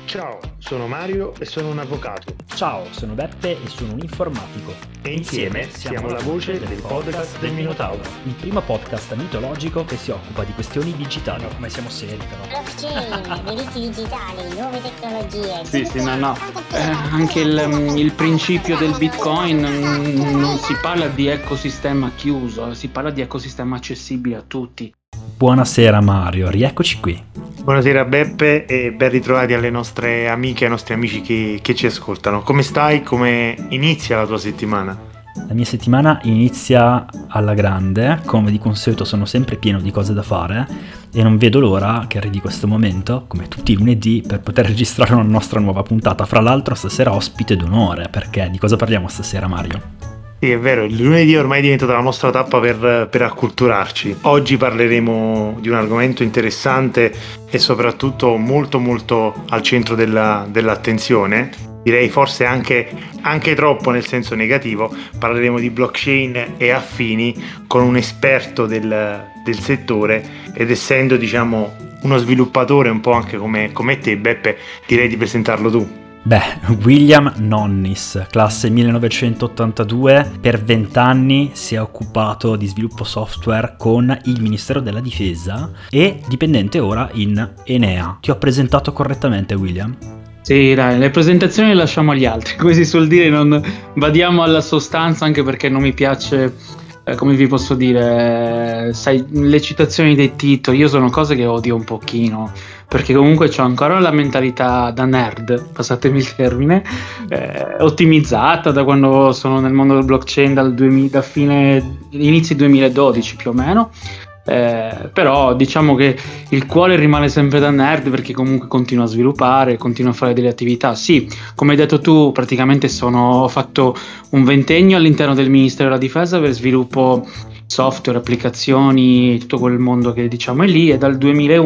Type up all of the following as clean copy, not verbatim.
Ciao, sono Mario e sono un avvocato. Ciao, sono Beppe e sono un informatico. E insieme siamo la voce del podcast del Minotauro. Il primo podcast mitologico che si occupa di questioni digitali. Come siamo seri però. Blockchain, diritti digitali, nuove tecnologie. Sì, no. Anche il principio del Bitcoin non si parla di ecosistema chiuso, si parla di ecosistema accessibile a tutti. Buonasera Mario, rieccoci qui. Buonasera Beppe e ben ritrovati alle nostre amiche e ai nostri amici che ci ascoltano. Come stai? Come inizia la tua settimana? La mia settimana inizia alla grande, come di consueto sono sempre pieno di cose da fare e non vedo l'ora che arrivi questo momento, come tutti i lunedì, per poter registrare una nostra nuova puntata. Fra l'altro stasera ospite d'onore, perché di cosa parliamo stasera Mario? Sì, è vero, il lunedì ormai è diventata la nostra tappa per acculturarci. Oggi parleremo di un argomento interessante e soprattutto molto al centro dell'attenzione. Direi forse anche troppo nel senso negativo. Parleremo di blockchain e affini con un esperto del settore ed essendo uno sviluppatore un po' anche come te Beppe, direi di presentarlo tu. William Nonnis, classe 1982, per 20 anni si è occupato di sviluppo software con il Ministero della Difesa e dipendente ora in Enea. Ti ho presentato correttamente, William? Sì, dai, le presentazioni le lasciamo agli altri, come si suol dire, non vadiamo alla sostanza, anche perché non mi piace, come vi posso dire, sai, le citazioni dei titoli, io sono cose che odio un pochino, perché comunque c'ho ancora la mentalità da nerd, passatemi il termine, ottimizzata da quando sono nel mondo del blockchain da fine inizi 2012 più o meno. Però diciamo che il cuore rimane sempre da nerd, perché comunque continuo a sviluppare, continuo a fare delle attività. Sì, come hai detto tu, praticamente ho fatto un ventennio all'interno del Ministero della Difesa per sviluppo software, applicazioni, tutto quel mondo che diciamo è lì, e dal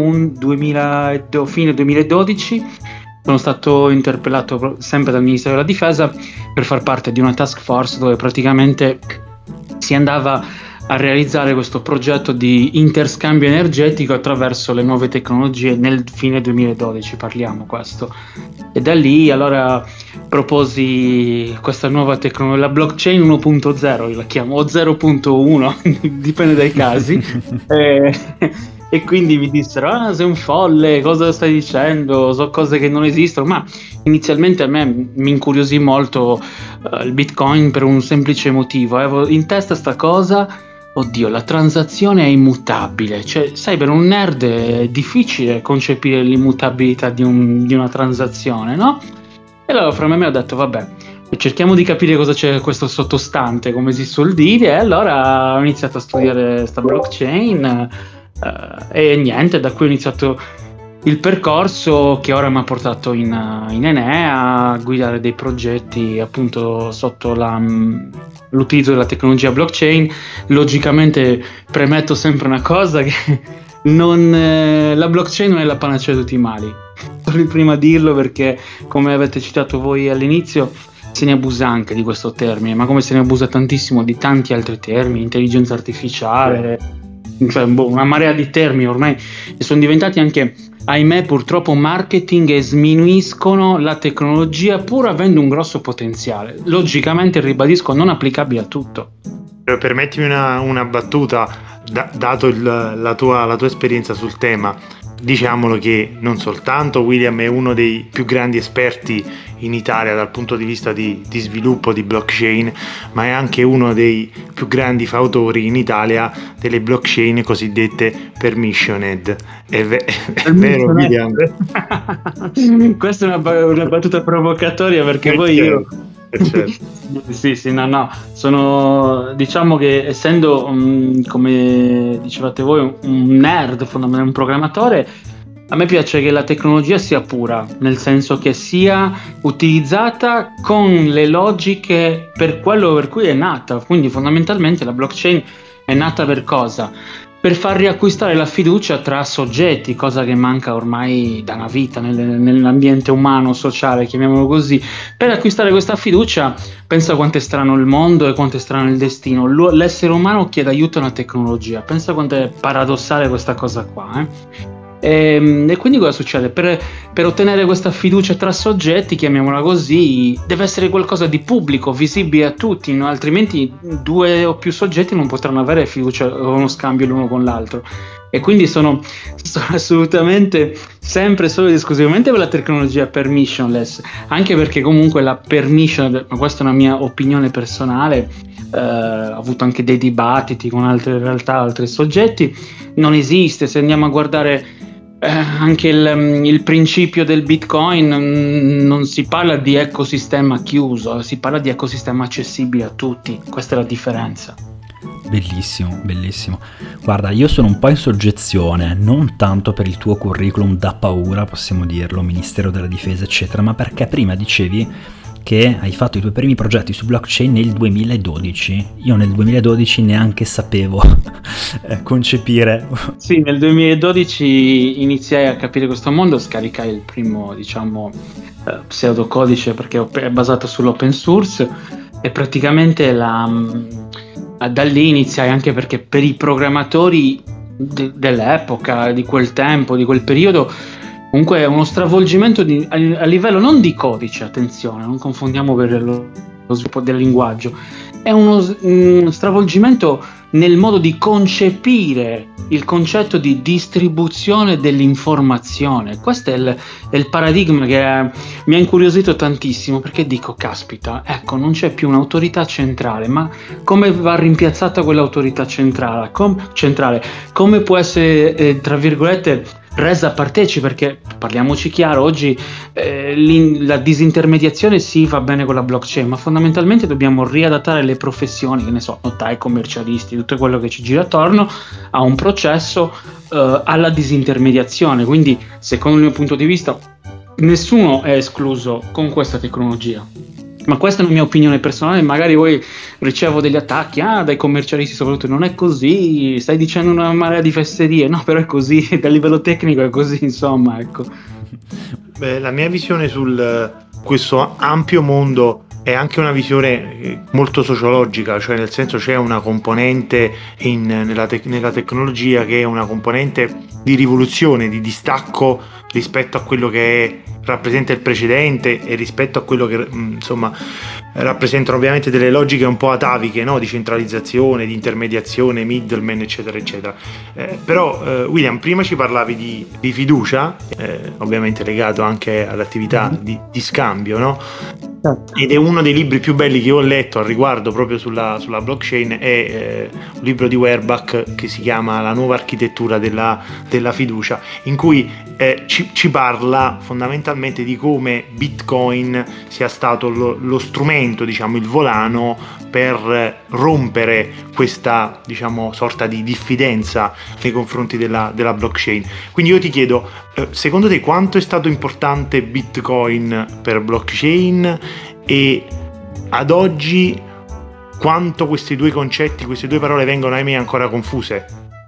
fine 2012 sono stato interpellato sempre dal Ministero della Difesa per far parte di una task force dove praticamente si andava a realizzare questo progetto di interscambio energetico attraverso le nuove tecnologie nel fine 2012, parliamo questo. E da lì allora proposi questa nuova tecnologia, la blockchain 1.0, io la chiamo, o 0.1, dipende dai casi. E quindi mi dissero, sei un folle, cosa stai dicendo, so cose che non esistono, ma inizialmente a me mi incuriosì molto il Bitcoin per un semplice motivo. Avevo in testa sta cosa, oddio, la transazione è immutabile, cioè sai, per un nerd è difficile concepire l'immutabilità di una transazione, no? E allora fra me ho detto, vabbè, cerchiamo di capire cosa c'è questo sottostante, come si suol dire, e allora ho iniziato a studiare sta blockchain. E niente, da cui ho iniziato il percorso che ora mi ha portato in Enea a guidare dei progetti appunto sotto l'utilizzo della tecnologia blockchain. Logicamente premetto sempre una cosa, che la blockchain non è la panacea di tutti i mali, prima a dirlo, perché come avete citato voi all'inizio se ne abusa anche di questo termine, ma come se ne abusa tantissimo di tanti altri termini, intelligenza artificiale, cioè una marea di termini ormai, e sono diventati anche, ahimè purtroppo, marketing, e sminuiscono la tecnologia pur avendo un grosso potenziale, logicamente ribadisco non applicabile a tutto. Permettimi una battuta, dato la tua esperienza sul tema. Diciamolo che non soltanto William è uno dei più grandi esperti in Italia dal punto di vista di sviluppo di blockchain, ma è anche uno dei più grandi fautori in Italia delle blockchain cosiddette permissioned. È vero William? Questa è una battuta provocatoria, perché poi io certo. Sì, no, sono, diciamo che essendo come dicevate voi un nerd, fondamentalmente un programmatore, a me piace che la tecnologia sia pura, nel senso che sia utilizzata con le logiche per quello per cui è nata. Quindi fondamentalmente la blockchain è nata per cosa? Per far riacquistare la fiducia tra soggetti, cosa che manca ormai da una vita nell'ambiente umano, sociale, chiamiamolo così. Per acquistare questa fiducia, pensa quanto è strano il mondo e quanto è strano il destino. L'essere umano chiede aiuto a una tecnologia, pensa quanto è paradossale questa cosa qua, E quindi cosa succede? Per ottenere questa fiducia tra soggetti, chiamiamola così, deve essere qualcosa di pubblico, visibile a tutti, no? Altrimenti due o più soggetti non potranno avere fiducia o uno scambio l'uno con l'altro. E quindi sono assolutamente sempre solo ed esclusivamente per la tecnologia permissionless, anche perché comunque la permission, ma questa è una mia opinione personale, ho avuto anche dei dibattiti con altre realtà, altri soggetti, non esiste. Se andiamo a guardare anche il principio del Bitcoin, non si parla di ecosistema chiuso, si parla di ecosistema accessibile a tutti, questa è la differenza. Bellissimo, bellissimo. Guarda, io sono un po' in soggezione, non tanto per il tuo curriculum da paura, possiamo dirlo, Ministero della Difesa, eccetera, ma perché prima dicevi che hai fatto i tuoi primi progetti su blockchain nel 2012. Io nel 2012 neanche sapevo concepire. Sì, nel 2012 iniziai a capire questo mondo, scaricai il primo, pseudocodice, perché è basato sull'open source, e praticamente da lì iniziai, anche perché per i programmatori dell'epoca, di quel tempo, di quel periodo, comunque è uno stravolgimento a livello non di codice, attenzione, non confondiamo per lo sviluppo del linguaggio, è uno stravolgimento nel modo di concepire il concetto di distribuzione dell'informazione. Questo è il paradigma che mi ha incuriosito tantissimo, perché dico, caspita, ecco, non c'è più un'autorità centrale, ma come va rimpiazzata quell'autorità centrale? Come può essere, tra virgolette, resa partecipe? Perché parliamoci chiaro, oggi la disintermediazione sì, va bene con la blockchain, ma fondamentalmente dobbiamo riadattare le professioni, che ne so, notai, commercialisti, tutto quello che ci gira attorno a un processo, alla disintermediazione. Quindi, secondo il mio punto di vista, nessuno è escluso con questa tecnologia. Ma questa è una mia opinione personale, magari voi ricevo degli attacchi dai commercialisti, soprattutto. Non è così, stai dicendo una marea di fesserie. No, però è così, dal livello tecnico è così, insomma, ecco. Beh, la mia visione su questo ampio mondo è anche una visione molto sociologica, cioè nel senso c'è una componente nella tecnologia che è una componente di rivoluzione, di distacco rispetto a quello che rappresenta il precedente e rispetto a quello che rappresentano ovviamente delle logiche un po' ataviche, no? Di centralizzazione, di intermediazione, middleman, eccetera eccetera. Però William, prima ci parlavi di fiducia, ovviamente legato anche all'attività di scambio, no? Ed è uno dei libri più belli che ho letto al riguardo, proprio sulla blockchain, è un libro di Werbach che si chiama La nuova architettura della fiducia, in cui ci parla fondamentalmente di come Bitcoin sia stato lo strumento, diciamo, il volano per rompere questa, diciamo, sorta di diffidenza nei confronti della blockchain. Quindi io ti chiedo, secondo te quanto è stato importante Bitcoin per blockchain, e ad oggi quanto questi due concetti, queste due parole vengono, ahimè, ancora confuse?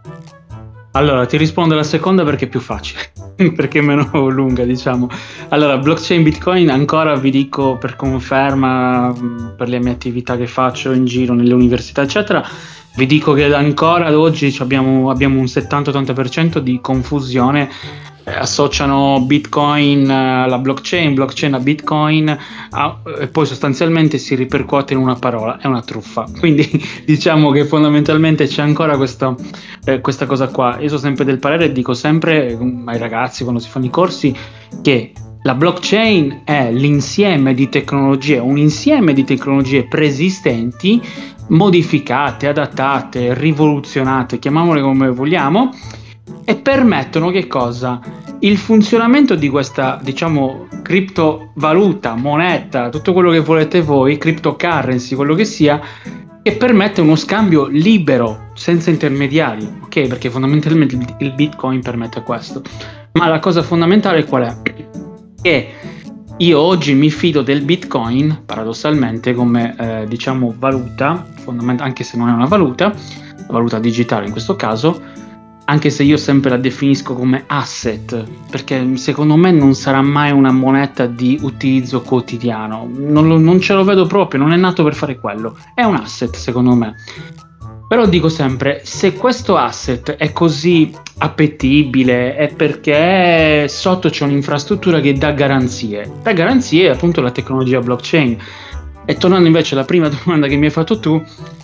Allora, ti rispondo alla seconda perché è più facile, perché è meno lunga, diciamo. Allora, blockchain, Bitcoin, ancora vi dico per conferma, per le mie attività che faccio in giro nelle università, eccetera, vi dico che ancora ad oggi abbiamo un 70-80% di confusione. Associano Bitcoin alla blockchain a Bitcoin, e poi sostanzialmente si ripercuote in una parola, è una truffa. Quindi diciamo che fondamentalmente c'è ancora questa cosa qua. Io sono sempre del parere e dico sempre ai ragazzi quando si fanno i corsi che la blockchain è l'insieme di tecnologie, un insieme di tecnologie preesistenti, modificate, adattate, rivoluzionate, chiamiamole come vogliamo, e permettono che cosa? Il funzionamento di questa, diciamo, criptovaluta, moneta, tutto quello che volete voi, cryptocurrency, quello che sia, che permette uno scambio libero, senza intermediari, ok? Perché fondamentalmente il Bitcoin permette questo. Ma la cosa fondamentale qual è? Che io oggi mi fido del Bitcoin, paradossalmente, come diciamo valuta, anche se non è una valuta digitale in questo caso, anche se io sempre la definisco come asset, perché secondo me non sarà mai una moneta di utilizzo quotidiano, non ce lo vedo proprio, non è nato per fare quello, è un asset secondo me. Però dico sempre, se questo asset è così appetibile, è perché sotto c'è un'infrastruttura che dà garanzie. La garanzia è appunto la tecnologia blockchain. E tornando invece alla prima domanda che mi hai fatto tu,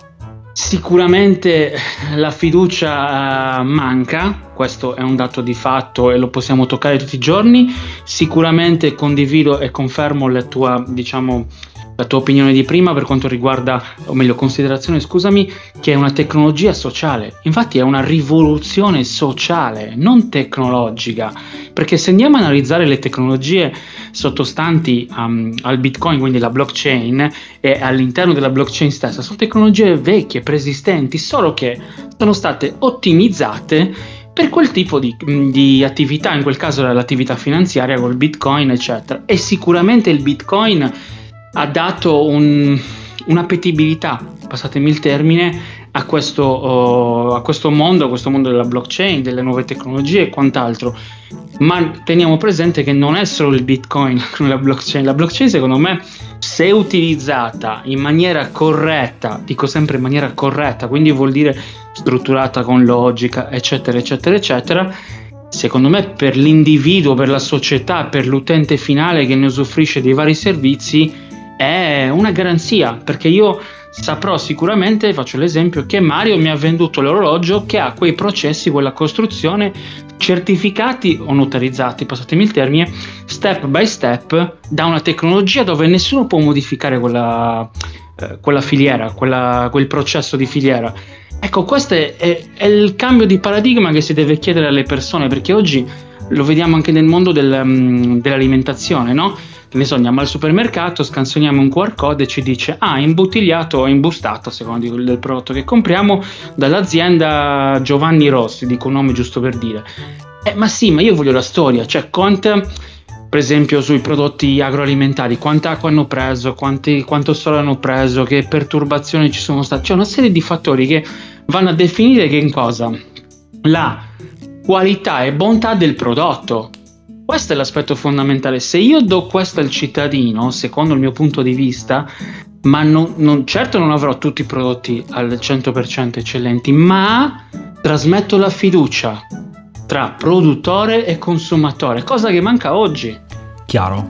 sicuramente la fiducia manca, questo è un dato di fatto e lo possiamo toccare tutti i giorni. Sicuramente condivido e confermo la tua opinione di prima per quanto riguarda, o meglio considerazione, scusami, che è una tecnologia sociale. Infatti è una rivoluzione sociale, non tecnologica, perché se andiamo a analizzare le tecnologie sottostanti al Bitcoin, quindi la blockchain, e all'interno della blockchain stessa, sono tecnologie vecchie, preesistenti, solo che sono state ottimizzate per quel tipo di attività, in quel caso era l'attività finanziaria col Bitcoin, eccetera. E sicuramente il Bitcoin ha dato un'appetibilità, passatemi il termine, a questo mondo della blockchain, delle nuove tecnologie e quant'altro. Ma teniamo presente che non è solo il Bitcoin la blockchain. La blockchain, secondo me, se utilizzata in maniera corretta, dico sempre in maniera corretta, quindi vuol dire strutturata con logica, eccetera, eccetera, eccetera, secondo me per l'individuo, per la società, per l'utente finale che ne usufruisce dei vari servizi, è una garanzia, perché io saprò sicuramente, faccio l'esempio, che Mario mi ha venduto l'orologio che ha quei processi, quella costruzione certificati o notarizzati, passatemi il termine, step by step, da una tecnologia dove nessuno può modificare quella filiera, quel processo di filiera. Ecco, questo è il cambio di paradigma che si deve chiedere alle persone, perché oggi lo vediamo anche nel mondo dell'alimentazione, no? Che ne so, andiamo al supermercato, scansioniamo un QR code e ci dice imbottigliato o imbustato, a seconda del prodotto che compriamo, dall'azienda Giovanni Rossi, dico un nome giusto per dire. Ma sì, ma io voglio la storia, cioè quanta, per esempio sui prodotti agroalimentari, quanta acqua hanno preso, quanto sole hanno preso, che perturbazioni ci sono state, c'è una serie di fattori che vanno a definire che cosa? La qualità e bontà del prodotto. Questo è l'aspetto fondamentale. Se io do questo al cittadino, secondo il mio punto di vista, ma certo non avrò tutti i prodotti al 100% eccellenti, ma trasmetto la fiducia tra produttore e consumatore, cosa che manca oggi. Chiaro.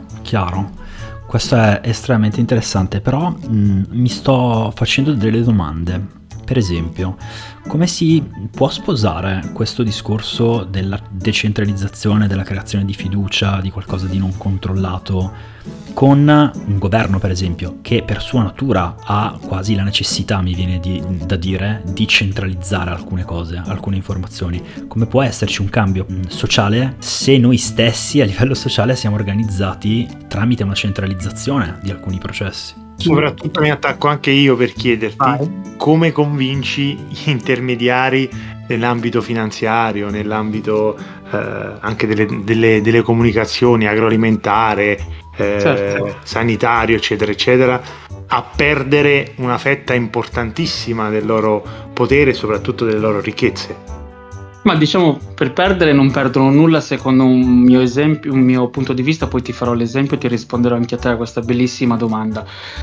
Questo è estremamente interessante, però mi sto facendo delle domande. Per esempio, come si può sposare questo discorso della decentralizzazione, della creazione di fiducia, di qualcosa di non controllato, con un governo, per esempio, che per sua natura ha quasi la necessità, mi viene da dire, di centralizzare alcune cose, alcune informazioni? Come può esserci un cambio sociale se noi stessi a livello sociale siamo organizzati tramite una centralizzazione di alcuni processi? Soprattutto mi attacco anche io per chiederti come convinci gli intermediari nell'ambito finanziario, nell'ambito anche delle comunicazioni, agroalimentare, certo, sanitario, eccetera, eccetera, a perdere una fetta importantissima del loro potere e soprattutto delle loro ricchezze. Ma diciamo, per perdere non perdono nulla secondo un mio esempio, un mio punto di vista, poi ti farò l'esempio e ti risponderò anche a te a questa bellissima domanda.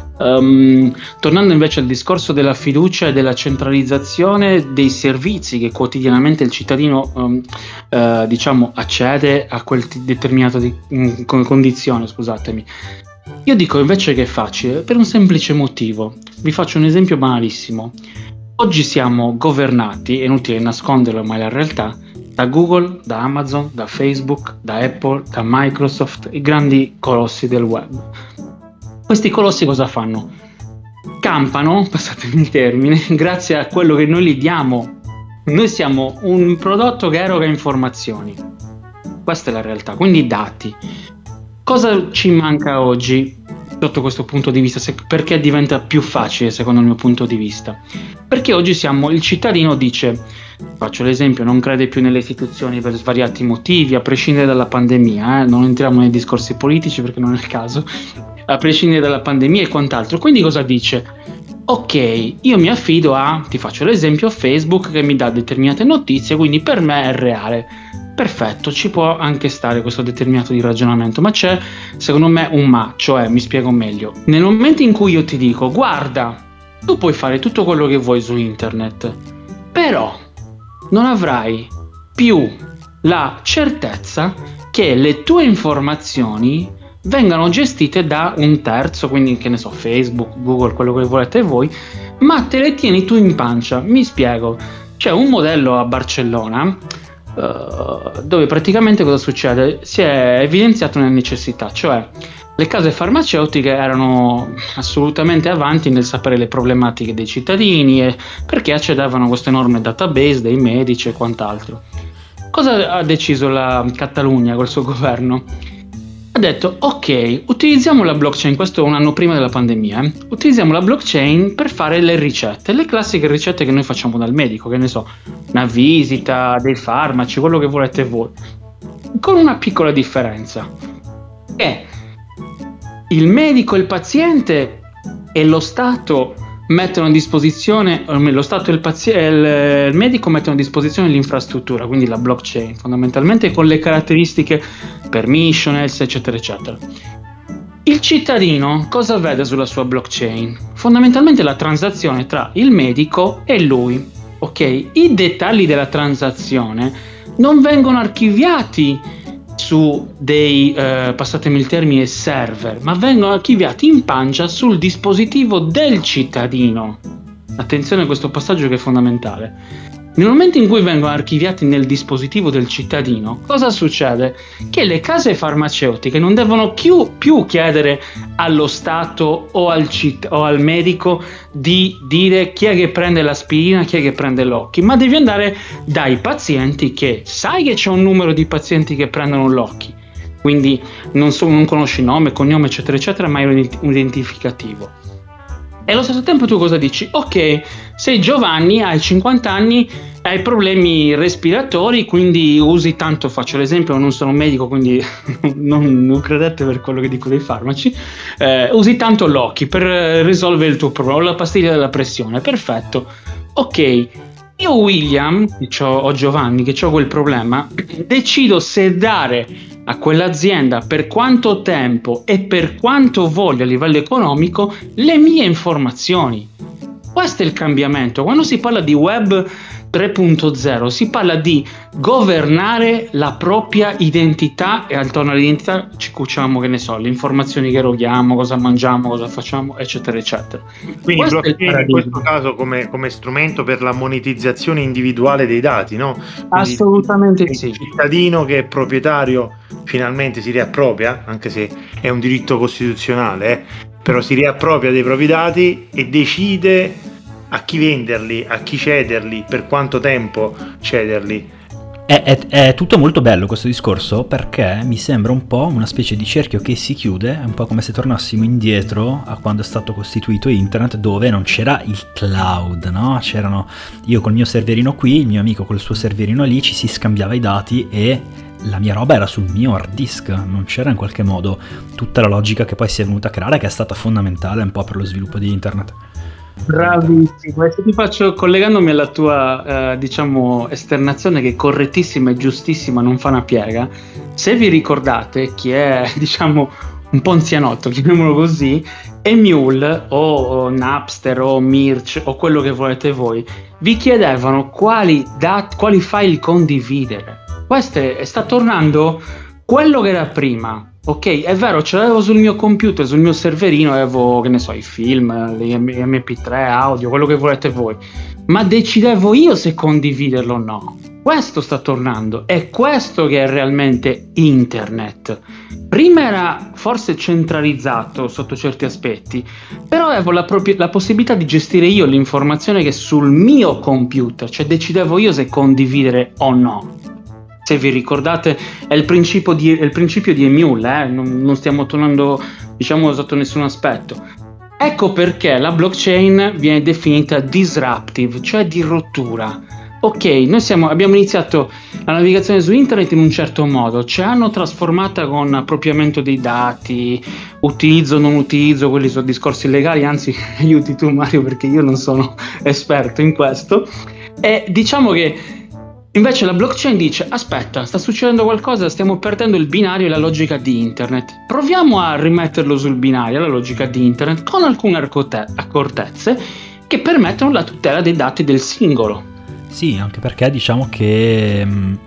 Tornando invece al discorso della fiducia e della centralizzazione dei servizi che quotidianamente il cittadino accede a quel determinato condizione, scusatemi. Io dico invece che è facile, per un semplice motivo. Vi faccio un esempio banalissimo. Oggi siamo governati, è inutile nasconderlo ma è la realtà, da Google, da Amazon, da Facebook, da Apple, da Microsoft, i grandi colossi del web. Questi colossi cosa fanno? Campano, passatemi il termine, grazie a quello che noi gli diamo. Noi siamo un prodotto che eroga informazioni. Questa è la realtà, quindi dati. Cosa ci manca oggi sotto questo punto di vista? Perché diventa più facile secondo il mio punto di vista? Perché oggi il cittadino dice, faccio l'esempio, non crede più nelle istituzioni per svariati motivi, a prescindere dalla pandemia, non entriamo nei discorsi politici perché non è il caso, a prescindere dalla pandemia e quant'altro. Quindi cosa dice? Ok, io mi affido ti faccio l'esempio, a Facebook che mi dà determinate notizie, quindi per me è reale. Perfetto, ci può anche stare questo determinato di ragionamento, ma c'è secondo me un ma, cioè mi spiego meglio. Nel momento in cui io ti dico, guarda, tu puoi fare tutto quello che vuoi su internet, però non avrai più la certezza che le tue informazioni vengano gestite da un terzo, quindi che ne so, Facebook, Google, quello che volete voi, ma te le tieni tu in pancia. Mi spiego. C'è un modello a Barcellona dove praticamente cosa succede? Si è evidenziata una necessità, cioè le case farmaceutiche erano assolutamente avanti nel sapere le problematiche dei cittadini e perché accedevano a questo enorme database dei medici e quant'altro. Cosa ha deciso la Catalogna col suo governo? Ha detto: ok, utilizziamo la blockchain, questo un anno prima della pandemia, utilizziamo la blockchain per fare le ricette, le classiche ricette che noi facciamo dal medico, che ne so, una visita, dei farmaci, quello che volete voi, con una piccola differenza, che il medico, il paziente e lo Stato mettono a disposizione, lo Stato e il medico mettono a disposizione l'infrastruttura, quindi la blockchain, fondamentalmente con le caratteristiche permissionless, eccetera, eccetera. Il cittadino cosa vede sulla sua blockchain? Fondamentalmente la transazione tra il medico e lui. Ok? I dettagli della transazione non vengono archiviati su dei, passatemi il termine, server, ma vengono archiviati in pancia sul dispositivo del cittadino. Attenzione a questo passaggio che è fondamentale. Nel momento in cui vengono archiviati nel dispositivo del cittadino, cosa succede? Che le case farmaceutiche non devono più chiedere allo Stato o al medico di dire chi è che prende l'aspirina, chi è che prende l'occhio, ma devi andare dai pazienti, che sai che c'è un numero di pazienti che prendono l'occhio, quindi non conosci nome, cognome, eccetera, eccetera, ma è un identificativo. E allo stesso tempo tu cosa dici? Ok, sei Giovanni, hai 50 anni, hai problemi respiratori, quindi usi tanto, faccio l'esempio, non sono medico, quindi non credete per quello che dico dei farmaci, usi tanto l'occhio per risolvere il tuo problema, la pastiglia della pressione, perfetto. Ok, io William, o Giovanni, che ho quel problema, decido se dare a quell'azienda per quanto tempo e per quanto voglio a livello economico le mie informazioni. Questo è il cambiamento. Quando si parla di web 3.0 si parla di governare la propria identità, e attorno all'identità ci cuciamo, che ne so, le informazioni che eroghiamo, cosa mangiamo, cosa facciamo, eccetera, eccetera. Quindi blockchain in questo caso come strumento per la monetizzazione individuale dei dati, no? Quindi assolutamente sì. Il cittadino che è proprietario finalmente si riappropria, anche se è un diritto costituzionale, però si riappropria dei propri dati e decide a chi venderli, a chi cederli, per quanto tempo cederli. È tutto molto bello questo discorso, perché mi sembra un po' una specie di cerchio che si chiude, è un po' come se tornassimo indietro a quando è stato costituito internet, dove non c'era il cloud, no? C'erano io col mio serverino qui, il mio amico col suo serverino lì, ci si scambiava i dati e la mia roba era sul mio hard disk, non c'era in qualche modo tutta la logica che poi si è venuta a creare, che è stata fondamentale un po' per lo sviluppo di internet. Bravissimo, e se ti faccio, collegandomi alla tua diciamo esternazione, che è correttissima e giustissima, non fa una piega. Se vi ricordate, chi è diciamo un po' anzianotto, chiamiamolo così, Emule o Napster o Mirch o quello che volete voi, vi chiedevano quali file condividere. Questo sta tornando quello che era prima. Ok, è vero, ce l'avevo sul mio computer, sul mio serverino, avevo, che ne so, i film, gli MP3, audio, quello che volete voi, ma decidevo io se condividerlo o no. Questo sta tornando, è questo che è realmente internet. Prima era forse centralizzato sotto certi aspetti, però avevo la possibilità di gestire io l'informazione che sul mio computer, cioè decidevo io se condividere o no. Se vi ricordate, è il principio di Emule, non stiamo tornando, diciamo, sotto nessun aspetto. Ecco perché la blockchain viene definita disruptive, cioè di rottura. Ok, noi abbiamo iniziato la navigazione su internet in un certo modo, ci hanno trasformata con appropriamento dei dati, utilizzo, non utilizzo, quelli sono discorsi legali, anzi aiuti tu Mario perché io non sono esperto in questo. E diciamo che invece la blockchain dice: aspetta, sta succedendo qualcosa, stiamo perdendo il binario e la logica di internet. Proviamo a rimetterlo sul binario, la logica di internet, con alcune accortezze che permettono la tutela dei dati del singolo. Sì, anche perché diciamo che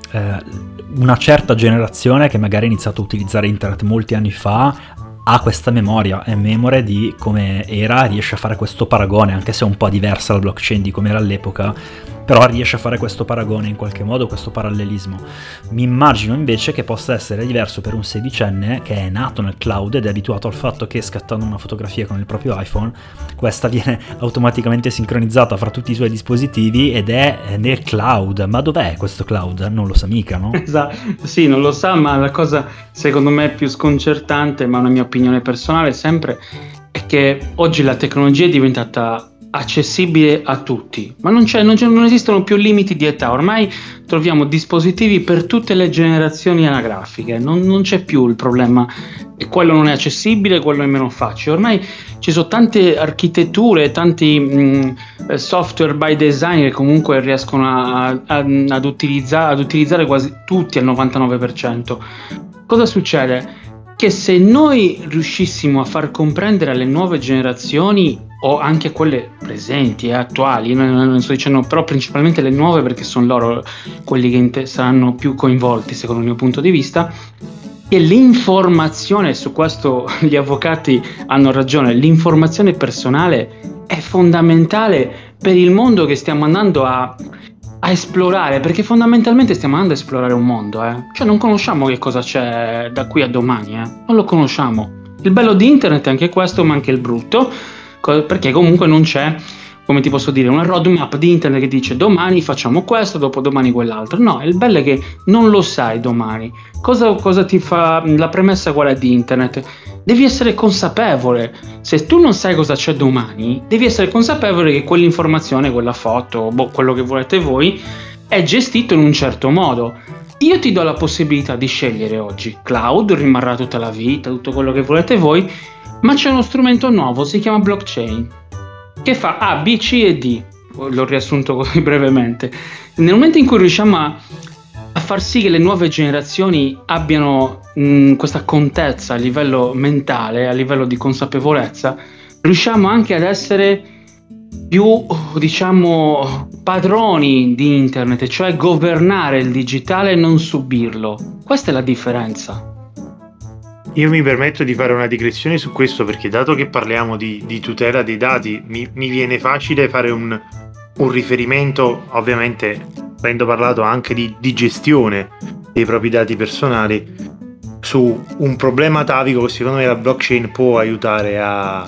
una certa generazione che magari ha iniziato a utilizzare internet molti anni fa ha questa memoria, è memore di come era, riesce a fare questo paragone, anche se è un po' diversa la blockchain di come era all'epoca, però riesce a fare questo paragone in qualche modo, questo parallelismo. Mi immagino invece che possa essere diverso per un sedicenne che è nato nel cloud ed è abituato al fatto che scattando una fotografia con il proprio iPhone, questa viene automaticamente sincronizzata fra tutti i suoi dispositivi ed è nel cloud. Ma dov'è questo cloud? Non lo sa mica, no? Esatto, sì, non lo sa, ma la cosa secondo me più sconcertante, ma una mia opinione personale sempre, è che oggi la tecnologia è diventata accessibile a tutti, ma non esistono più limiti di età, ormai troviamo dispositivi per tutte le generazioni anagrafiche, non c'è più il problema, quello non è accessibile, quello è meno facile, ormai ci sono tante architetture, tanti software by design che comunque riescono ad utilizzare quasi tutti al 99%. Cosa succede? Che se noi riuscissimo a far comprendere alle nuove generazioni o anche quelle presenti e attuali, non sto dicendo, però principalmente le nuove perché sono loro quelli che saranno più coinvolti secondo il mio punto di vista, che l'informazione, su questo gli avvocati hanno ragione, l'informazione personale è fondamentale per il mondo che stiamo andando a esplorare, perché fondamentalmente stiamo andando a esplorare un mondo, cioè non conosciamo che cosa c'è da qui a domani, non lo conosciamo. Il bello di internet è anche questo, ma anche il brutto, perché comunque non c'è, come ti posso dire, una roadmap di internet che dice domani facciamo questo, dopodomani quell'altro. No, il bello è che non lo sai domani. Cosa ti fa la premessa qual è di internet? Devi essere consapevole. Se tu non sai cosa c'è domani, devi essere consapevole che quell'informazione, quella foto, quello che volete voi, è gestito in un certo modo. Io ti do la possibilità di scegliere oggi. Cloud rimarrà tutta la vita, tutto quello che volete voi, ma c'è uno strumento nuovo, si chiama blockchain, che fa A, B, C e D. L'ho riassunto così brevemente. Nel momento in cui riusciamo a far sì che le nuove generazioni abbiano questa contezza a livello mentale, a livello di consapevolezza, riusciamo anche ad essere più, diciamo, padroni di internet, cioè governare il digitale e non subirlo. Questa è la differenza. Io mi permetto di fare una digressione su questo perché dato che parliamo di tutela dei dati, mi viene facile fare un riferimento, ovviamente avendo parlato anche di gestione dei propri dati personali, su un problema atavico che secondo me la blockchain può aiutare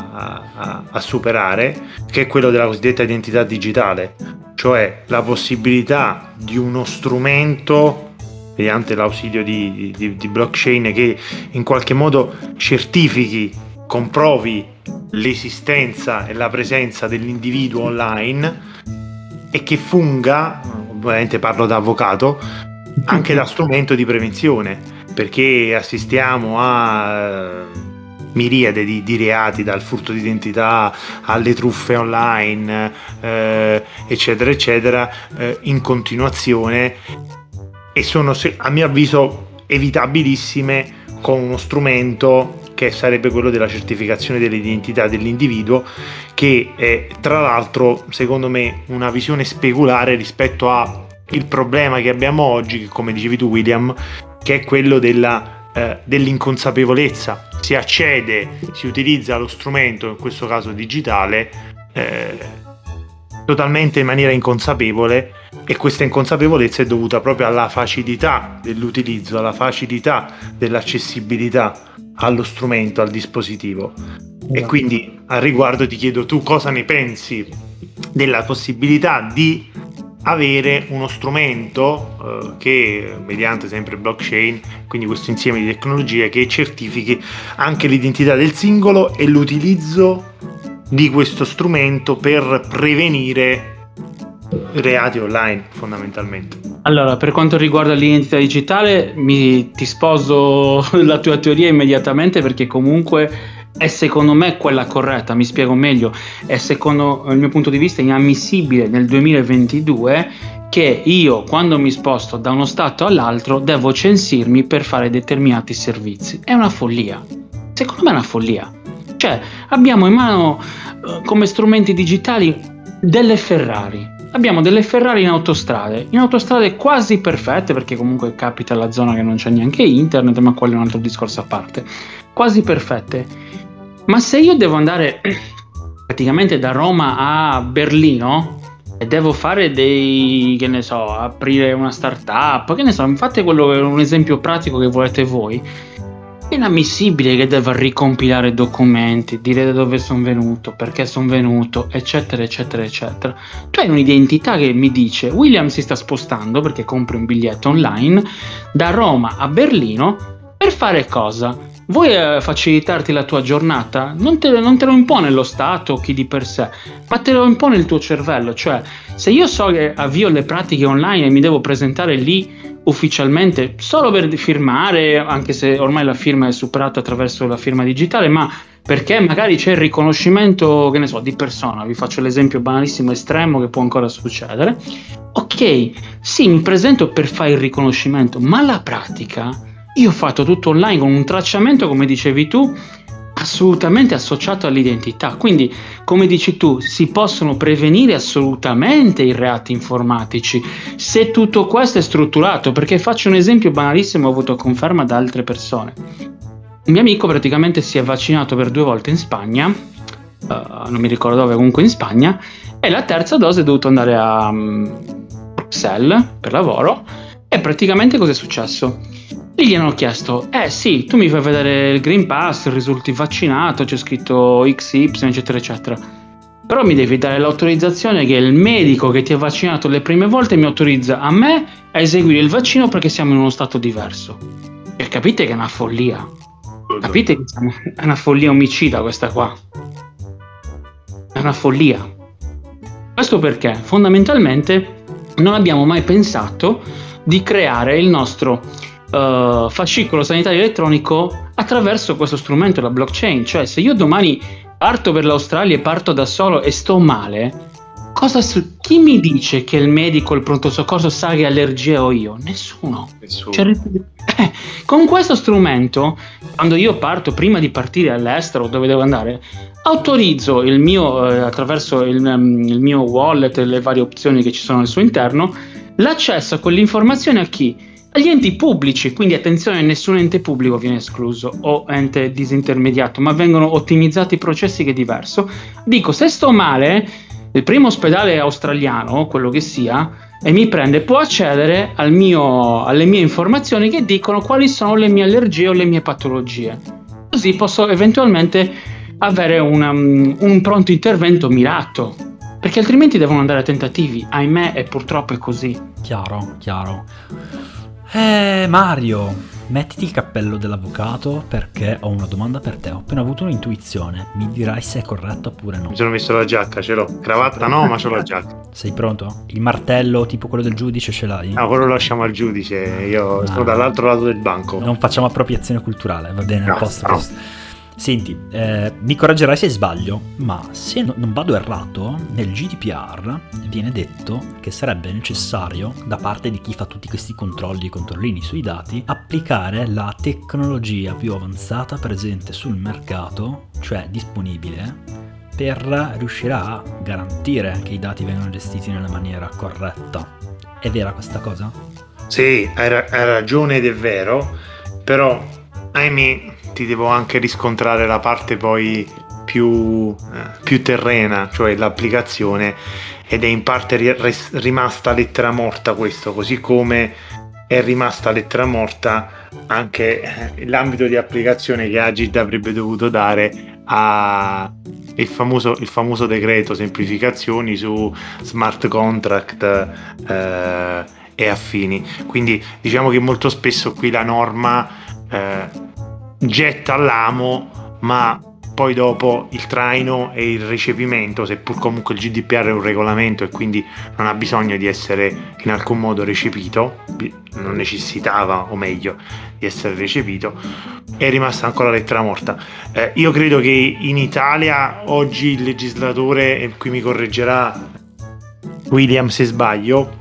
a superare, che è quello della cosiddetta identità digitale, cioè la possibilità di uno strumento mediante l'ausilio di blockchain che in qualche modo certifichi, comprovi l'esistenza e la presenza dell'individuo online e che funga, ovviamente parlo da avvocato, anche da strumento di prevenzione, perché assistiamo a miriade di reati, dal furto d'identità alle truffe online, eccetera eccetera, in continuazione, e sono a mio avviso evitabilissime con uno strumento che sarebbe quello della certificazione dell'identità dell'individuo, che è tra l'altro secondo me una visione speculare rispetto a il problema che abbiamo oggi, che come dicevi tu William, che è quello dell'inconsapevolezza. Si accede, si utilizza lo strumento, in questo caso digitale, totalmente in maniera inconsapevole, e questa inconsapevolezza è dovuta proprio alla facilità dell'utilizzo, alla facilità dell'accessibilità allo strumento, al dispositivo. E quindi al riguardo ti chiedo tu cosa ne pensi della possibilità di avere uno strumento che mediante sempre blockchain, quindi questo insieme di tecnologie che certifichi anche l'identità del singolo e l'utilizzo di questo strumento per prevenire reati online fondamentalmente. Allora, per quanto riguarda l'identità digitale, ti sposo la tua teoria immediatamente, perché comunque è secondo me quella corretta. Mi spiego meglio: è secondo il mio punto di vista inammissibile nel 2022 che io, quando mi sposto da uno stato all'altro, devo censirmi per fare determinati servizi. È una follia, secondo me è una follia. Cioè, abbiamo in mano come strumenti digitali delle Ferrari, abbiamo delle Ferrari in autostrade quasi perfette, perché comunque capita la zona che non c'è neanche internet, ma quello è un altro discorso a parte, quasi perfette. Ma se io devo andare praticamente da Roma a Berlino e devo fare aprire una startup, fate un esempio pratico che volete voi, è inammissibile che debba ricompilare documenti, dire da dove sono venuto, perché sono venuto, eccetera eccetera eccetera. Tu hai un'identità che mi dice William si sta spostando, perché compri un biglietto online, da Roma a Berlino per fare cosa? Vuoi facilitarti la tua giornata? Non te lo impone lo Stato, chi di per sé, ma te lo impone il tuo cervello. Cioè, se io so che avvio le pratiche online e mi devo presentare lì ufficialmente solo per firmare, anche se ormai la firma è superata attraverso la firma digitale, ma perché magari c'è il riconoscimento, di persona, vi faccio l'esempio banalissimo estremo che può ancora succedere. Ok, sì, mi presento per fare il riconoscimento, ma la pratica io ho fatto tutto online con un tracciamento, come dicevi tu, assolutamente associato all'identità. Quindi, come dici tu, si possono prevenire assolutamente i reati informatici se tutto questo è strutturato. Perché faccio un esempio banalissimo, ho avuto conferma da altre persone. Un mio amico praticamente si è vaccinato per 2 volte in Spagna, non mi ricordo dove, comunque in Spagna, e la terza dose è dovuto andare a Bruxelles per lavoro. E praticamente cosa è successo? Lì gli hanno chiesto, sì, tu mi fai vedere il Green Pass, risulti vaccinato, c'è scritto XY, eccetera, eccetera. Però mi devi dare l'autorizzazione che il medico che ti ha vaccinato le prime volte mi autorizza a me a eseguire il vaccino, perché siamo in uno stato diverso. E capite che è una follia. Capite che è una follia omicida questa qua. È una follia. Questo perché fondamentalmente non abbiamo mai pensato di creare il nostro fascicolo sanitario elettronico attraverso questo strumento, la blockchain. Cioè, se io domani parto per l'Australia e parto da solo e sto male, chi mi dice che il medico, il pronto soccorso sa che allergia ho io? Nessuno. Con questo strumento, quando io parto, prima di partire all'estero dove devo andare, autorizzo il mio attraverso il mio wallet e le varie opzioni che ci sono al suo interno, l'accesso a quell'informazione a chi? Agli enti pubblici. Quindi attenzione, nessun ente pubblico viene escluso o ente disintermediato, ma vengono ottimizzati i processi, che è diverso. Dico, se sto male, il primo ospedale australiano, quello che sia, e mi prende, può accedere alle mie informazioni che dicono quali sono le mie allergie o le mie patologie. Così posso eventualmente avere un pronto intervento mirato, perché altrimenti devono andare a tentativi, ahimè, e purtroppo è così. Chiaro. Mario, mettiti il cappello dell'avvocato, perché ho una domanda per te. Ho appena avuto un'intuizione, mi dirai se è corretto oppure no. Mi sono messo la giacca, ce l'ho. Cravatta no, ma c'ho la giacca. Sei pronto? Il martello tipo quello del giudice ce l'hai? No, quello lo lasciamo al giudice, io sono dall'altro lato del banco. Non facciamo appropriazione culturale, va bene, no. Senti, mi correggerai se sbaglio, ma se non vado errato, nel GDPR viene detto che sarebbe necessario, da parte di chi fa tutti questi controlli e controllini sui dati, applicare la tecnologia più avanzata presente sul mercato, cioè disponibile, per riuscire a garantire che i dati vengano gestiti nella maniera corretta. È vera questa cosa? Sì, hai ragione ed è vero, però ahimè ti devo anche riscontrare la parte poi più terrena, cioè l'applicazione, ed è in parte rimasta lettera morta questo, così come è rimasta lettera morta anche l'ambito di applicazione che Agid avrebbe dovuto dare a il famoso decreto semplificazioni su smart contract e affini. Quindi diciamo che molto spesso qui la norma getta l'amo, ma poi dopo il traino e il recepimento, seppur comunque il GDPR è un regolamento e quindi non ha bisogno di essere in alcun modo recepito, non necessitava, o meglio, di essere recepito, è rimasta ancora lettera morta. Io credo che in Italia oggi il legislatore, e qui mi correggerà William se sbaglio,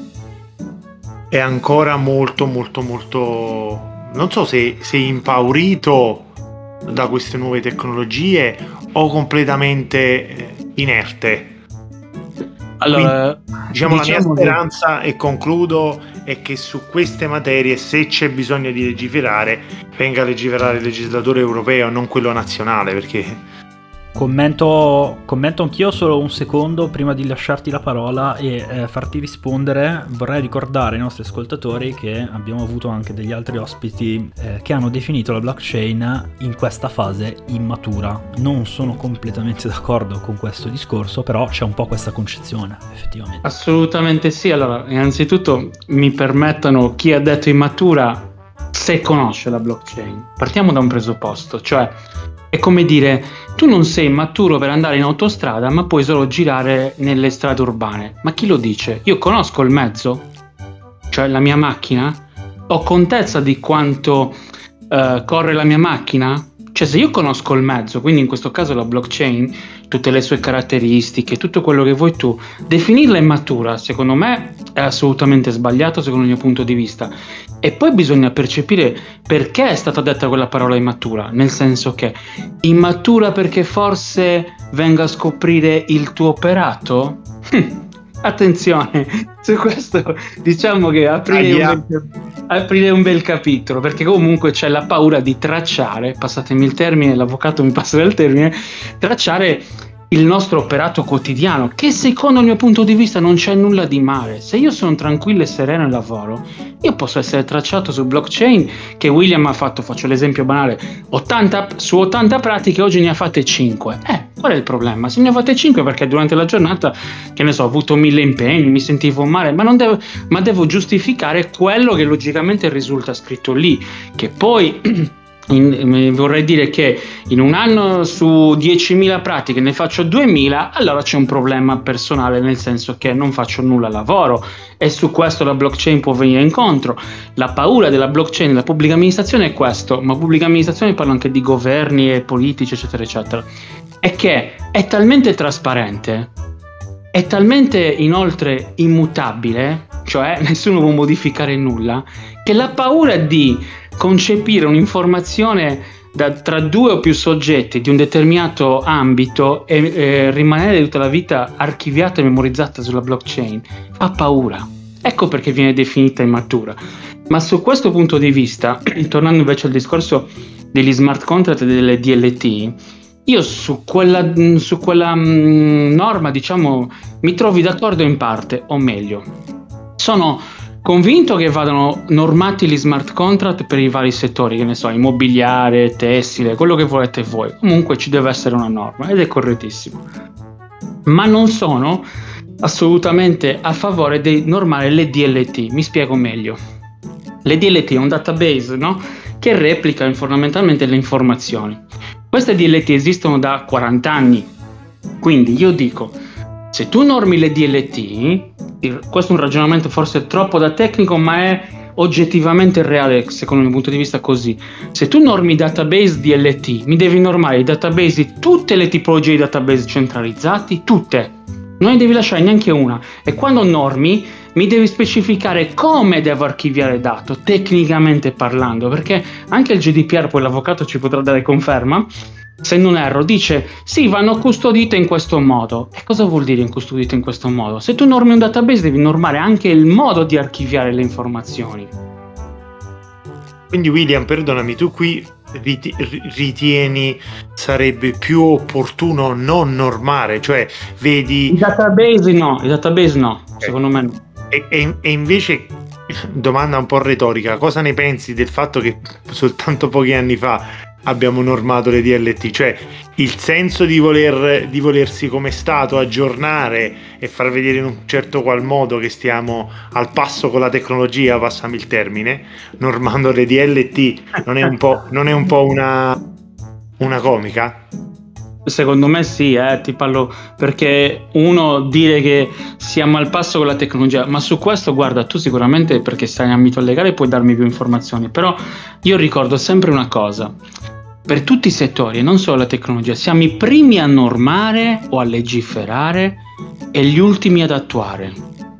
è ancora molto non so se impaurito da queste nuove tecnologie o completamente inerte. Allora, diciamo la mia diciamo che- speranza, e concludo, è che su queste materie, se c'è bisogno di legiferare, venga a legiferare il legislatore europeo, non quello nazionale, perché Commento anch'io solo un secondo prima di lasciarti la parola e farti rispondere. Vorrei ricordare ai nostri ascoltatori che abbiamo avuto anche degli altri ospiti che hanno definito la blockchain in questa fase immatura. Non sono completamente d'accordo con questo discorso, però c'è un po' questa concezione, effettivamente. Assolutamente sì. Allora, innanzitutto mi permettano, chi ha detto immatura, se conosce la blockchain. Partiamo da un presupposto, cioè è come dire, tu non sei maturo per andare in autostrada, ma puoi solo girare nelle strade urbane. Ma chi lo dice? Io conosco il mezzo, cioè la mia macchina, ho contezza di quanto corre la mia macchina. Cioè, se io conosco il mezzo, quindi in questo caso la blockchain, tutte le sue caratteristiche, tutto quello che vuoi tu, definirla immatura, secondo me, è assolutamente sbagliato secondo il mio punto di vista. E poi bisogna percepire perché è stata detta quella parola immatura, nel senso che immatura perché forse venga a scoprire il tuo operato? Attenzione, su questo diciamo che aprire un bel capitolo, perché comunque c'è la paura di tracciare, passatemi il termine, l'avvocato mi passa il termine, tracciare il nostro operato quotidiano, che secondo il mio punto di vista non c'è nulla di male. Se io sono tranquillo e sereno e lavoro, io posso essere tracciato su blockchain, che William ha fatto, faccio l'esempio banale, 80 pratiche, oggi ne ha fatte 5. Qual è il problema? Se ne ho fatte 5 perché durante la giornata, che ne so, ho avuto 1000 impegni, mi sentivo male, ma devo giustificare quello che logicamente risulta scritto lì, che poi vorrei dire che in un anno su 10.000 pratiche ne faccio 2.000, allora c'è un problema personale, nel senso che non faccio nulla lavoro, e su questo la blockchain può venire incontro. La paura della blockchain nella pubblica amministrazione è questo, ma pubblica amministrazione parlo anche di governi e politici eccetera eccetera, è che è talmente trasparente, è talmente inoltre immutabile, cioè nessuno può modificare nulla, che la paura di concepire un'informazione tra due o più soggetti di un determinato ambito e rimanere tutta la vita archiviata e memorizzata sulla blockchain fa paura. Ecco perché viene definita immatura. Ma su questo punto di vista, tornando invece al discorso degli smart contract e delle DLT, io su quella norma, diciamo, mi trovi d'accordo in parte, o meglio, sono convinto che vadano normati gli smart contract per i vari settori, che ne so, immobiliare, tessile, quello che volete voi. Comunque ci deve essere una norma ed è correttissimo. Ma non sono assolutamente a favore di normare le DLT. Mi spiego meglio. Le DLT è un database, no? Che replica fondamentalmente le informazioni. Queste DLT esistono da 40 anni. Quindi io dico, se tu normi le DLT, questo è un ragionamento forse troppo da tecnico, ma è oggettivamente reale secondo il mio punto di vista così. Se tu normi database DLT, mi devi normare i database di tutte le tipologie di database centralizzati, tutte. Non ne devi lasciare neanche una. E quando normi, mi devi specificare come devo archiviare dato, tecnicamente parlando, perché anche il GDPR, poi l'avvocato ci potrà dare conferma, se non erro, dice sì, vanno custodite in questo modo. E cosa vuol dire custodite in questo modo? Se tu normi un database devi normare anche il modo di archiviare le informazioni. Quindi William, perdonami, tu qui ritieni sarebbe più opportuno non normare, cioè vedi... I database no, secondo me no. E invece, domanda un po' retorica, cosa ne pensi del fatto che soltanto pochi anni fa abbiamo normato le DLT? Cioè il senso di volersi come Stato aggiornare e far vedere in un certo qual modo che stiamo al passo con la tecnologia, passami il termine, normando le DLT, non è un po' una comica? Secondo me sì, ti parlo perché uno dire che siamo al passo con la tecnologia, ma su questo guarda, tu sicuramente perché stai in ambito legale puoi darmi più informazioni, però io ricordo sempre una cosa, per tutti i settori e non solo la tecnologia, siamo i primi a normare o a legiferare e gli ultimi ad attuare.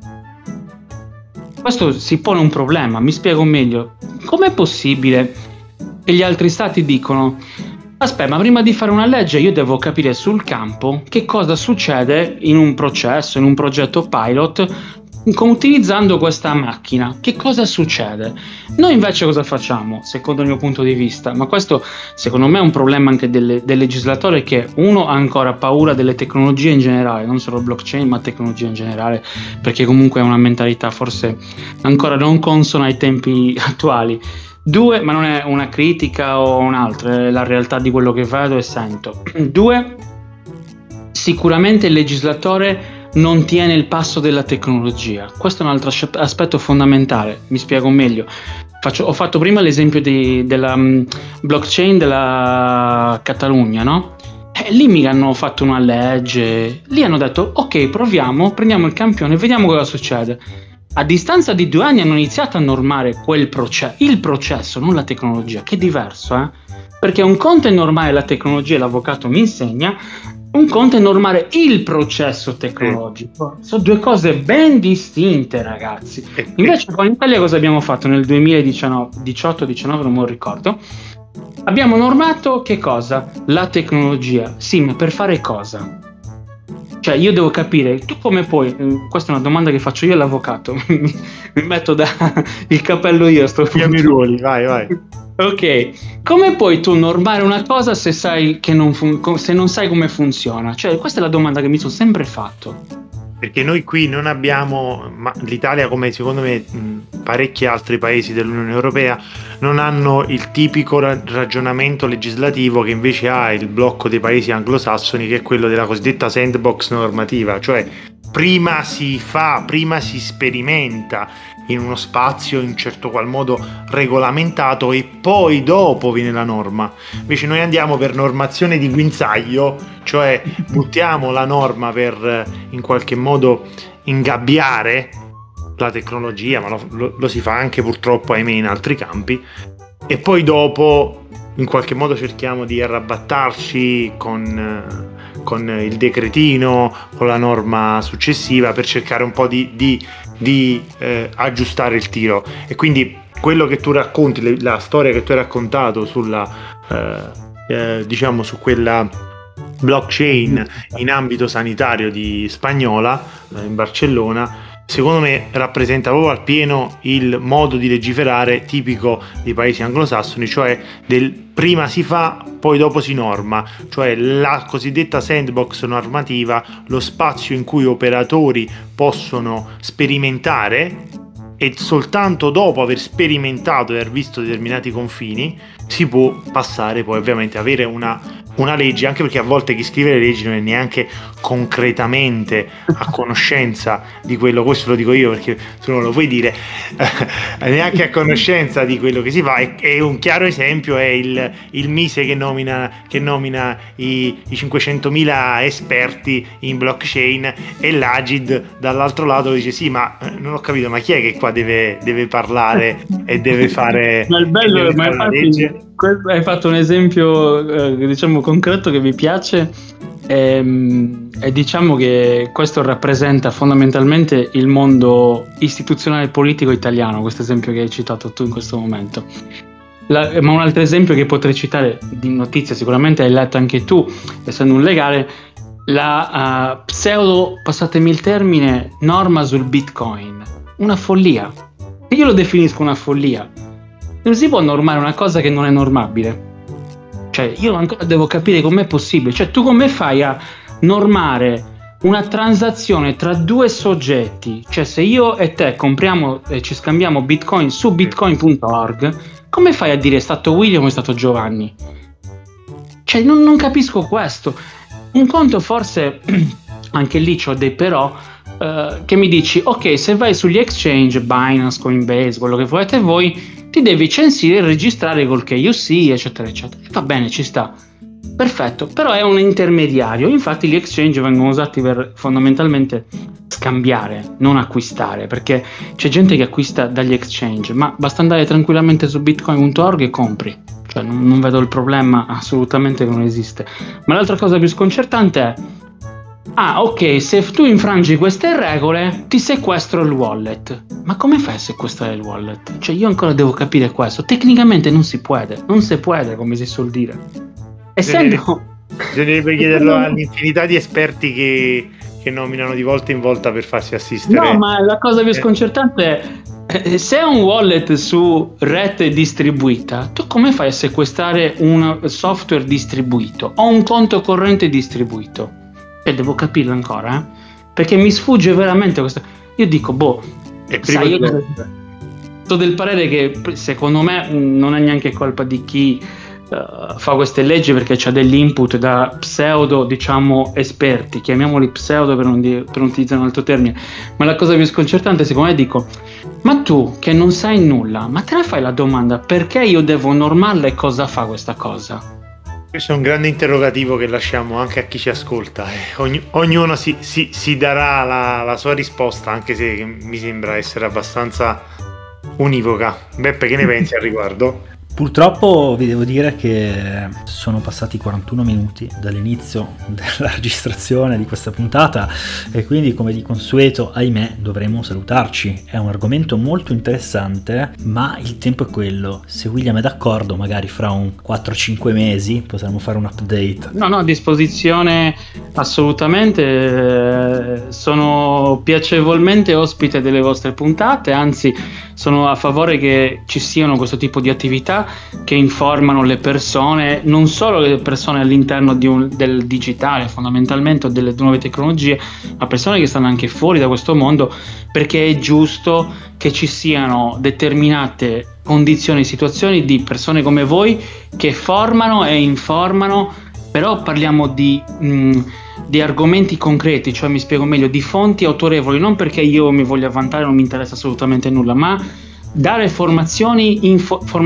Questo si pone un problema, mi spiego meglio, com'è possibile che gli altri stati dicono aspetta, ma prima di fare una legge io devo capire sul campo che cosa succede in un processo, in un progetto pilot, utilizzando questa macchina. Che cosa succede? Noi invece cosa facciamo, secondo il mio punto di vista? Ma questo secondo me è un problema anche del legislatore, che uno ha ancora paura delle tecnologie in generale, non solo blockchain ma tecnologie in generale, perché comunque è una mentalità forse ancora non consona ai tempi attuali. Due, ma non è una critica o un'altra, è la realtà di quello che vedo e sento. Due, sicuramente il legislatore non tiene il passo della tecnologia. Questo è un altro aspetto fondamentale. Mi spiego meglio. Ho fatto prima l'esempio della blockchain della Catalogna, no? Lì mi hanno fatto una legge, lì hanno detto ok, proviamo, prendiamo il campione e vediamo cosa succede. A distanza di 2 anni hanno iniziato a normare il processo, non la tecnologia, che è diverso, perché un conto è normare la tecnologia, e l'avvocato mi insegna, un conto è normare il processo tecnologico. Sono 2 cose ben distinte, ragazzi. Invece con Italia cosa abbiamo fatto nel 2018-19, non me lo ricordo? Abbiamo normato che cosa? La tecnologia. Sì, ma per fare cosa? Cioè io devo capire, tu come puoi, questa è una domanda che faccio io all'avvocato, mi metto il cappello io a sto punto. I ruoli, vai. Ok, come puoi tu normare una cosa se sai che se non sai come funziona? Cioè questa è la domanda che mi sono sempre fatto. Perché noi qui non abbiamo, ma l'Italia come secondo me parecchi altri paesi dell'Unione Europea non hanno il tipico ragionamento legislativo che invece ha il blocco dei paesi anglosassoni, che è quello della cosiddetta sandbox normativa, cioè prima si sperimenta in uno spazio in un certo qual modo regolamentato e poi dopo viene la norma. Invece noi andiamo per normazione di guinzaglio, cioè buttiamo la norma per in qualche modo ingabbiare la tecnologia, ma lo si fa anche purtroppo ahimè in altri campi, e poi dopo in qualche modo cerchiamo di arrabattarci con il decretino, con la norma successiva, per cercare un po' di aggiustare il tiro. E quindi quello che tu racconti, la storia che tu hai raccontato sulla diciamo su quella blockchain in ambito sanitario di Spagnola, in Barcellona, secondo me rappresenta proprio al pieno il modo di legiferare tipico dei paesi anglosassoni, cioè del prima si fa, poi dopo si norma, cioè la cosiddetta sandbox normativa, lo spazio in cui operatori possono sperimentare, e soltanto dopo aver sperimentato e aver visto determinati confini si può passare poi ovviamente avere una legge, anche perché a volte chi scrive le leggi non è neanche concretamente a conoscenza di quello, questo lo dico io perché tu non lo puoi dire, neanche a conoscenza di quello che si fa. E un chiaro esempio è il Mise che nomina i 500.000 esperti in blockchain, e l'Agid dall'altro lato dice sì, ma non ho capito, ma chi è che qua deve parlare e deve fare, ma il bello, ma la legge? Hai fatto un esempio diciamo concreto che mi piace, e diciamo che questo rappresenta fondamentalmente il mondo istituzionale e politico italiano, questo esempio che hai citato tu in questo momento. Ma un altro esempio che potrei citare di notizia, sicuramente hai letto anche tu essendo un legale, la pseudo, passatemi il termine, norma sul Bitcoin. Una follia, io lo definisco una follia. Non si può normare una cosa che non è normabile. Cioè io ancora devo capire com'è possibile. Cioè tu come fai a normare una transazione tra 2 soggetti? Cioè se io e te compriamo e ci scambiamo Bitcoin su bitcoin.org, come fai a dire è stato William o è stato Giovanni? Cioè non capisco questo. Un conto forse, anche lì c'ho dei però, che mi dici ok, se vai sugli exchange, Binance, Coinbase, quello che volete voi, ti devi censire e registrare col KYC, eccetera eccetera. Va bene, ci sta, perfetto, però è un intermediario. Infatti gli exchange vengono usati per fondamentalmente scambiare, non acquistare, perché c'è gente che acquista dagli exchange, ma basta andare tranquillamente su bitcoin.org e compri. Cioè non vedo il problema, assolutamente, che non esiste. Ma l'altra cosa più sconcertante è ok, se tu infrangi queste regole ti sequestro il wallet. Ma come fai a sequestrare il wallet? Cioè io ancora devo capire questo. Tecnicamente non si può, come si suol dire. Bisognerebbe chiederlo all'infinità di esperti che nominano di volta in volta per farsi assistere. No, ma la cosa più sconcertante è se è un wallet su rete distribuita, tu come fai a sequestrare un software distribuito o un conto corrente distribuito? Devo capirlo ancora, perché mi sfugge veramente questo. Io dico, sai, io sono del parere che secondo me non è neanche colpa di chi fa queste leggi, perché c'ha degli input da pseudo, diciamo, esperti, chiamiamoli pseudo per non utilizzare un altro termine. Ma la cosa più sconcertante, secondo me, dico, ma tu che non sai nulla, ma te la fai la domanda, perché io devo normarla e cosa fa questa cosa? Questo è un grande interrogativo che lasciamo anche a chi ci ascolta. Ognuno si darà la sua risposta, anche se mi sembra essere abbastanza univoca. Beppe, che ne pensi al riguardo? Purtroppo vi devo dire che sono passati 41 minuti dall'inizio della registrazione di questa puntata e quindi, come di consueto, ahimè, dovremo salutarci. È un argomento molto interessante, ma il tempo è quello. Se William è d'accordo, magari fra un 4-5 mesi potremo fare un update. No, a disposizione assolutamente. Sono piacevolmente ospite delle vostre puntate, anzi sono a favore che ci siano questo tipo di attività che informano le persone, non solo le persone all'interno del digitale fondamentalmente o delle nuove tecnologie, ma persone che stanno anche fuori da questo mondo, perché è giusto che ci siano determinate condizioni, situazioni di persone come voi che formano e informano, però parliamo di argomenti concreti, cioè mi spiego meglio, di fonti autorevoli, non perché io mi voglia vantare, non mi interessa assolutamente nulla, ma dare informazioni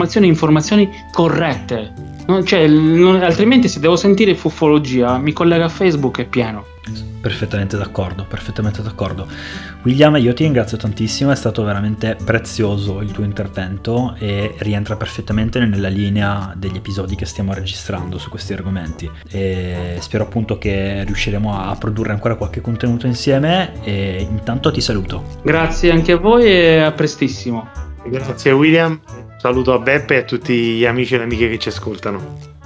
corrette, no? Cioè, altrimenti se devo sentire fuffologia mi collego a Facebook, è pieno. Perfettamente d'accordo. William, io ti ringrazio tantissimo, è stato veramente prezioso il tuo intervento e rientra perfettamente nella linea degli episodi che stiamo registrando su questi argomenti, e spero appunto che riusciremo a produrre ancora qualche contenuto insieme, e intanto ti saluto. Grazie anche a voi e a prestissimo. Grazie William, saluto a Beppe e a tutti gli amici e le amiche che ci ascoltano.